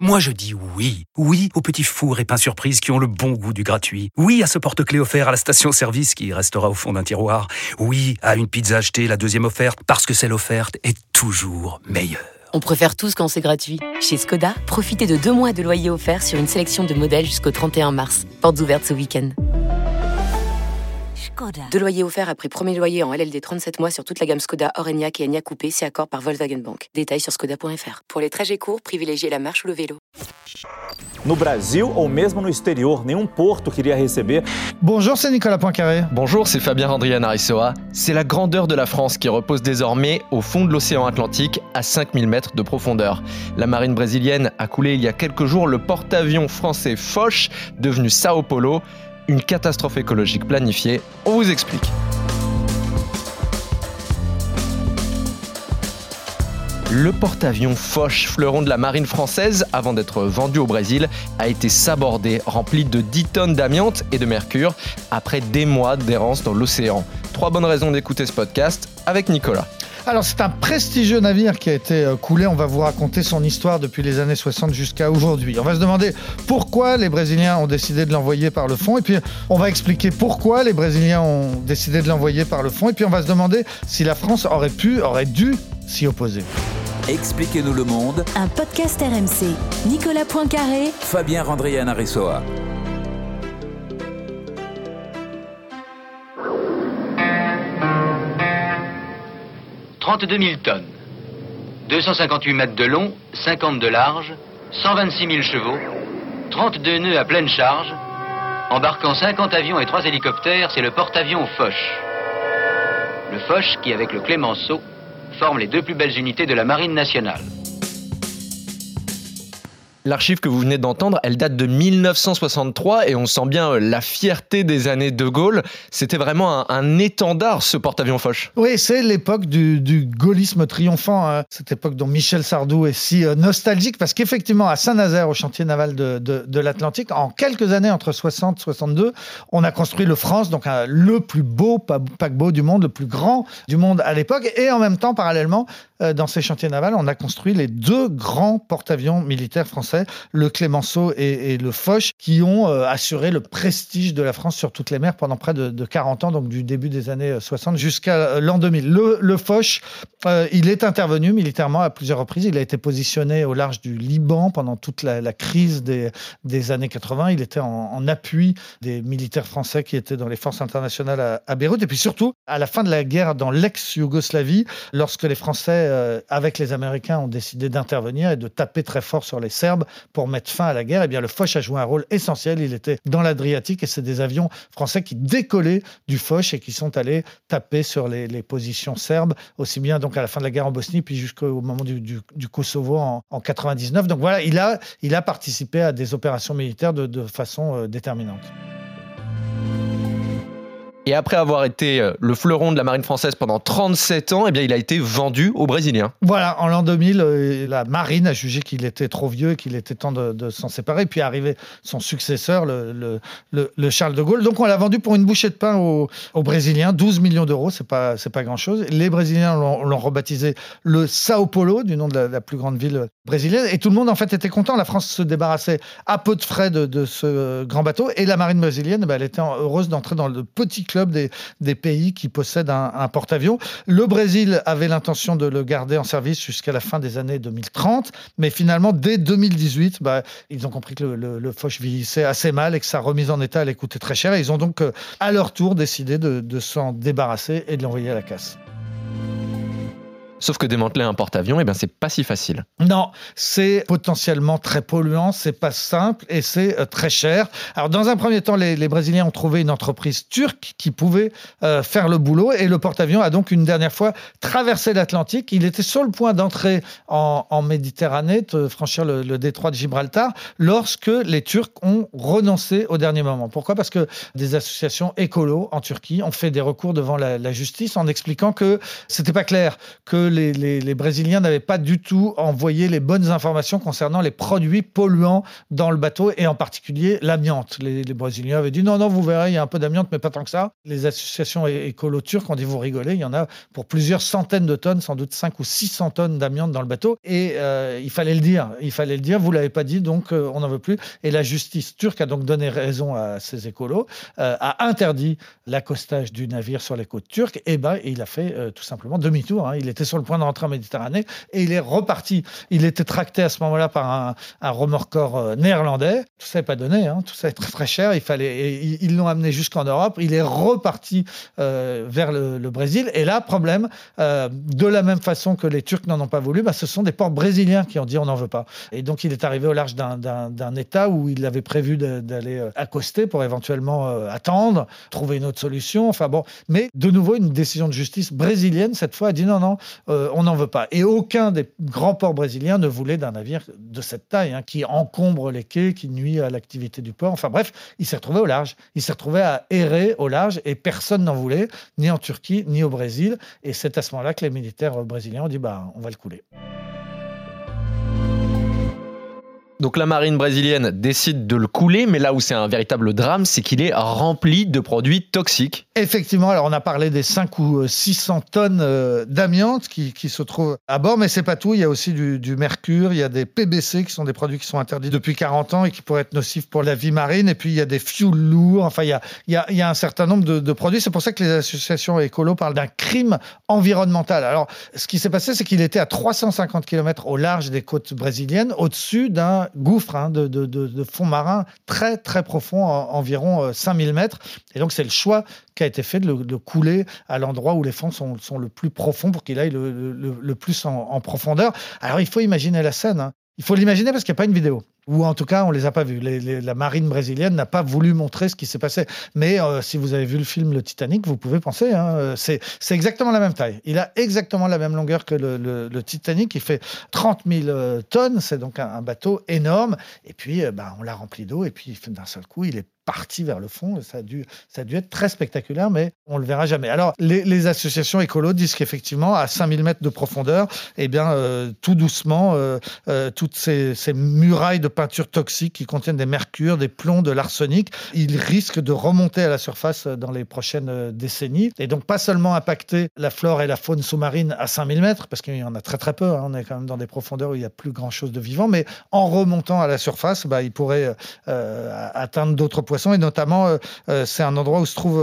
Moi je dis oui. Oui aux petits fours et pains surprises qui ont le bon goût du gratuit. Oui à ce porte-clés offert à la station-service qui restera au fond d'un tiroir. Oui à une pizza achetée, la deuxième offerte, parce que celle offerte est toujours meilleure. On préfère tous quand c'est gratuit. Chez Skoda, profitez de 2 mois de loyer offert sur une sélection de modèles jusqu'au 31 mars. Portes ouvertes ce week-end. 2 loyers offerts après premier loyer en LLD 37 mois sur toute la gamme Skoda, Orenia et Enyaq Coupé, si accord par Volkswagen Bank. Détails sur skoda.fr. Pour les trajets courts, privilégiez la marche ou le vélo. No Brasil ou mesmo no exterior, nenhum porto queria receber. Bonjour, c'est Nicolas Poincaré. Bonjour, c'est Fabien Randrian Arisoa. C'est la grandeur de la France qui repose désormais au fond de l'océan Atlantique, à 5000 mètres de profondeur. La marine brésilienne a coulé il y a quelques jours le porte-avions français Foch, devenu Sao Paulo. Une catastrophe écologique planifiée, on vous explique. Le porte-avions Foch, fleuron de la marine française, avant d'être vendu au Brésil, a été sabordé, rempli de 10 tonnes d'amiante et de mercure, après des mois d'errance dans l'océan. 3 bonnes raisons d'écouter ce podcast avec Nicolas. Alors, c'est un prestigieux navire qui a été coulé. On va vous raconter son histoire depuis les années 60 jusqu'à aujourd'hui. On va se demander pourquoi les Brésiliens ont décidé de l'envoyer par le fond. Et puis, on va expliquer pourquoi les Brésiliens ont décidé de l'envoyer par le fond. Et puis, on va se demander si la France aurait dû s'y opposer. Expliquez-nous le monde. Un podcast RMC. Nicolas Poincaré. Fabien Randrian Arisoa. « 32 000 tonnes, 258 mètres de long, 50 de large, 126 000 chevaux, 32 nœuds à pleine charge, embarquant 50 avions et 3 hélicoptères, c'est le porte-avions Foch. Le Foch qui, avec le Clemenceau, forme les 2 plus belles unités de la Marine nationale. L'archive que vous venez d'entendre, elle date de 1963 et on sent bien la fierté des années de Gaulle. C'était vraiment un étendard, ce porte-avions Foch. Oui, c'est l'époque du gaullisme triomphant. Cette époque dont Michel Sardou est si nostalgique, parce qu'effectivement, à Saint-Nazaire, au chantier naval de l'Atlantique, en quelques années, entre 60 et 62, on a construit le France, donc le plus beau paquebot du monde, le plus grand du monde à l'époque. Et en même temps, parallèlement, dans ces chantiers navals, on a construit les 2 grands porte-avions militaires français, le Clemenceau et le Foch, qui ont assuré le prestige de la France sur toutes les mers pendant près de 40 ans, donc du début des années 60 jusqu'à l'an 2000. Le Foch, il est intervenu militairement à plusieurs reprises. Il a été positionné au large du Liban pendant toute la crise des années 80. Il était en appui des militaires français qui étaient dans les forces internationales à Beyrouth. Et puis surtout, à la fin de la guerre dans l'ex-Yougoslavie, lorsque les Français, avec les Américains, ont décidé d'intervenir et de taper très fort sur les Serbes pour mettre fin à la guerre, eh bien le Foch a joué un rôle essentiel. Il était dans l'Adriatique et c'est des avions français qui décollaient du Foch et qui sont allés taper sur les positions serbes, aussi bien donc à la fin de la guerre en Bosnie, puis jusqu'au moment du Kosovo en 99. Donc voilà, il a participé à des opérations militaires de façon déterminante. Et après avoir été le fleuron de la marine française pendant 37 ans, eh bien, il a été vendu aux Brésiliens. Voilà, en l'an 2000, la marine a jugé qu'il était trop vieux et qu'il était temps de s'en séparer. Puis est arrivé son successeur, le Charles de Gaulle. Donc on l'a vendu pour une bouchée de pain aux Brésiliens, 12 millions d'euros, c'est pas grand-chose. Les Brésiliens l'ont rebaptisé le Sao Paulo, du nom de la plus grande ville brésilienne. Et tout le monde en fait était content. La France se débarrassait à peu de frais de ce grand bateau. Et la marine brésilienne, elle était heureuse d'entrer dans le petit club des pays qui possèdent un porte-avions. Le Brésil avait l'intention de le garder en service jusqu'à la fin des années 2030, mais finalement, dès 2018, ils ont compris que le Foch vieillissait assez mal et que sa remise en état allait coûter très cher. Et ils ont donc, à leur tour, décidé de s'en débarrasser et de l'envoyer à la casse. Sauf que démanteler un porte-avions, c'est pas si facile. Non, c'est potentiellement très polluant, c'est pas simple et c'est très cher. Alors, dans un premier temps, les Brésiliens ont trouvé une entreprise turque qui pouvait faire le boulot et le porte-avions a donc une dernière fois traversé l'Atlantique. Il était sur le point d'entrer en Méditerranée, de franchir le détroit de Gibraltar, lorsque les Turcs ont renoncé au dernier moment. Pourquoi ? Parce que des associations écolos en Turquie ont fait des recours devant la justice en expliquant que c'était pas clair que les Brésiliens n'avaient pas du tout envoyé les bonnes informations concernant les produits polluants dans le bateau, et en particulier l'amiante. Les Brésiliens avaient dit non, vous verrez, il y a un peu d'amiante, mais pas tant que ça. Les associations écolo turques ont dit vous rigolez, il y en a pour plusieurs centaines de tonnes, sans doute 500 ou 600 tonnes d'amiante dans le bateau, et il fallait le dire, vous l'avez pas dit, donc on n'en veut plus. Et la justice turque a donc donné raison à ces écolos, a interdit l'accostage du navire sur les côtes turques, et il a fait tout simplement demi-tour. Il était sur le point de rentrer en Méditerranée et il est reparti. Il était tracté à ce moment-là par un remorqueur néerlandais. Tout ça n'est pas donné, tout ça est très très cher. Ils l'ont amené jusqu'en Europe. Il est reparti vers le Brésil. Et là, problème, de la même façon que les Turcs n'en ont pas voulu, ce sont des ports brésiliens qui ont dit on n'en veut pas. Et donc il est arrivé au large d'un État où il avait prévu d'aller accoster pour éventuellement attendre, trouver une autre solution. Mais de nouveau, une décision de justice brésilienne, cette fois, a dit non, on n'en veut pas. Et aucun des grands ports brésiliens ne voulait d'un navire de cette taille, qui encombre les quais, qui nuit à l'activité du port. Bref, il s'est retrouvé au large. Il s'est retrouvé à errer au large et personne n'en voulait, ni en Turquie, ni au Brésil. Et c'est à ce moment-là que les militaires brésiliens ont dit on va le couler. Donc la marine brésilienne décide de le couler, mais là où c'est un véritable drame, c'est qu'il est rempli de produits toxiques. Effectivement, alors on a parlé des 500 ou 600 tonnes d'amiante qui se trouvent à bord, mais c'est pas tout. Il y a aussi du mercure, il y a des PBC qui sont des produits qui sont interdits depuis 40 ans et qui pourraient être nocifs pour la vie marine, et puis il y a des fuels lourds, il y a un certain nombre de produits. C'est pour ça que les associations écolo parlent d'un crime environnemental. Alors, ce qui s'est passé, c'est qu'il était à 350 km au large des côtes brésiliennes, au-dessus d'un gouffre de fond marin très très profond, environ 5000 mètres. Et donc c'est le choix qui a été fait de le couler à l'endroit où les fonds sont le plus profonds pour qu'il aille le plus en profondeur. Alors il faut imaginer la scène. Il faut l'imaginer parce qu'il n'y a pas une vidéo. Ou en tout cas, on ne les a pas vus. La marine brésilienne n'a pas voulu montrer ce qui s'est passé. Mais si vous avez vu le film Le Titanic, vous pouvez penser. C'est exactement la même taille. Il a exactement la même longueur que le Titanic. Il fait 30 000 tonnes. C'est donc un bateau énorme. Et puis, on l'a rempli d'eau. Et puis, d'un seul coup, il est parti vers le fond. Ça a dû être très spectaculaire, mais on ne le verra jamais. Alors, les associations écolo disent qu'effectivement, à 5000 mètres de profondeur, tout doucement, toutes ces murailles de peinture toxique qui contiennent des mercures, des plombs, de l'arsenic, ils risquent de remonter à la surface dans les prochaines décennies. Et donc, pas seulement impacter la flore et la faune sous-marine à 5000 mètres, parce qu'il y en a très très peu, on est quand même dans des profondeurs où il n'y a plus grand-chose de vivant, mais en remontant à la surface, ils pourraient atteindre d'autres poissons, et notamment, c'est un endroit où se trouve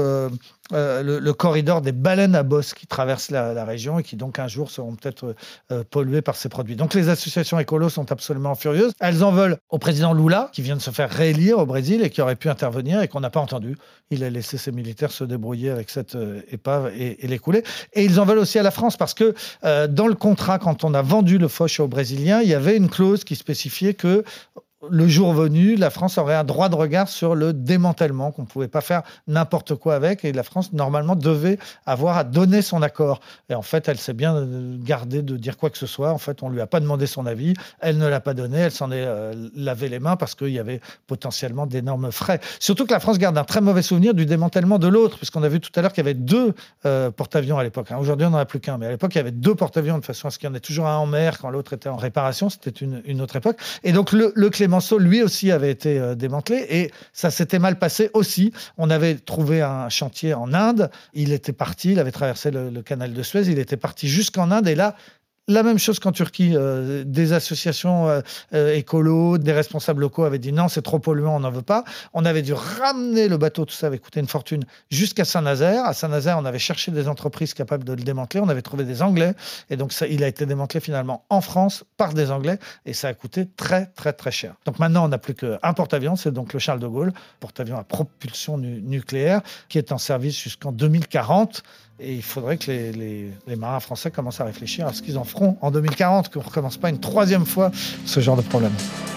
le corridor des baleines à bosse qui traverse la région et qui donc un jour seront peut-être pollués par ces produits. Donc les associations écolos sont absolument furieuses. Elles en veulent au président Lula, qui vient de se faire réélire au Brésil et qui aurait pu intervenir et qu'on n'a pas entendu. Il a laissé ses militaires se débrouiller avec cette épave et les couler. Et ils en veulent aussi à la France parce que dans le contrat, quand on a vendu le Foch aux Brésiliens, il y avait une clause qui spécifiait que le jour venu, la France aurait un droit de regard sur le démantèlement, qu'on ne pouvait pas faire n'importe quoi avec, et la France, normalement, devait avoir à donner son accord. Et en fait, elle s'est bien gardée de dire quoi que ce soit. En fait, on ne lui a pas demandé son avis, elle ne l'a pas donné, elle s'en est lavé les mains parce qu'il y avait potentiellement d'énormes frais. Surtout que la France garde un très mauvais souvenir du démantèlement de l'autre, puisqu'on a vu tout à l'heure qu'il y avait 2 porte-avions à l'époque. Aujourd'hui, on n'en a plus qu'un, mais à l'époque, il y avait 2 porte-avions, de façon à ce qu'il y en ait toujours un en mer quand l'autre était en réparation. C'était une autre époque. Et donc, le Clémenceau, lui aussi, avait été démantelé et ça s'était mal passé aussi. On avait trouvé un chantier en Inde. Il était parti, il avait traversé le canal de Suez, il était parti jusqu'en Inde et là, la même chose qu'en Turquie, des associations écolos, des responsables locaux avaient dit non, c'est trop polluant, on n'en veut pas. On avait dû ramener le bateau, tout ça avait coûté une fortune, jusqu'à Saint-Nazaire. À Saint-Nazaire, on avait cherché des entreprises capables de le démanteler. On avait trouvé des Anglais et donc il a été démantelé finalement en France par des Anglais et ça a coûté très très très cher. Donc maintenant, on n'a plus qu'un porte-avions, c'est donc le Charles de Gaulle, porte-avions à propulsion nucléaire, qui est en service jusqu'en 2040. Et il faudrait que les marins français commencent à réfléchir à ce qu'ils en feront en 2040, qu'on ne recommence pas une 3e fois ce genre de problème.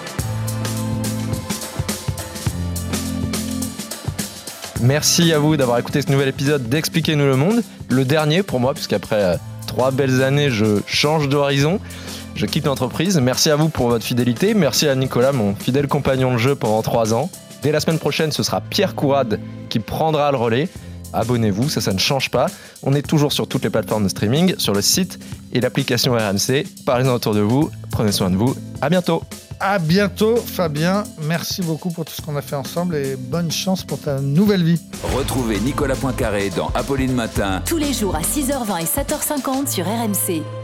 Merci à vous d'avoir écouté ce nouvel épisode d'Expliquez-nous le monde. Le dernier pour moi, puisqu'après 3 belles années, je change d'horizon. Je quitte l'entreprise. Merci à vous pour votre fidélité. Merci à Nicolas, mon fidèle compagnon de jeu pendant 3 ans. Dès la semaine prochaine, ce sera Pierre Courade qui prendra le relais. Abonnez-vous, ça ne change pas. On est toujours sur toutes les plateformes de streaming, sur le site et l'application RMC. Parlez-en autour de vous, prenez soin de vous, à bientôt. À bientôt Fabien, merci beaucoup pour tout ce qu'on a fait ensemble et bonne chance pour ta nouvelle vie. Retrouvez Nicolas Poincaré dans Apolline Matin. Tous les jours à 6h20 et 7h50 sur RMC.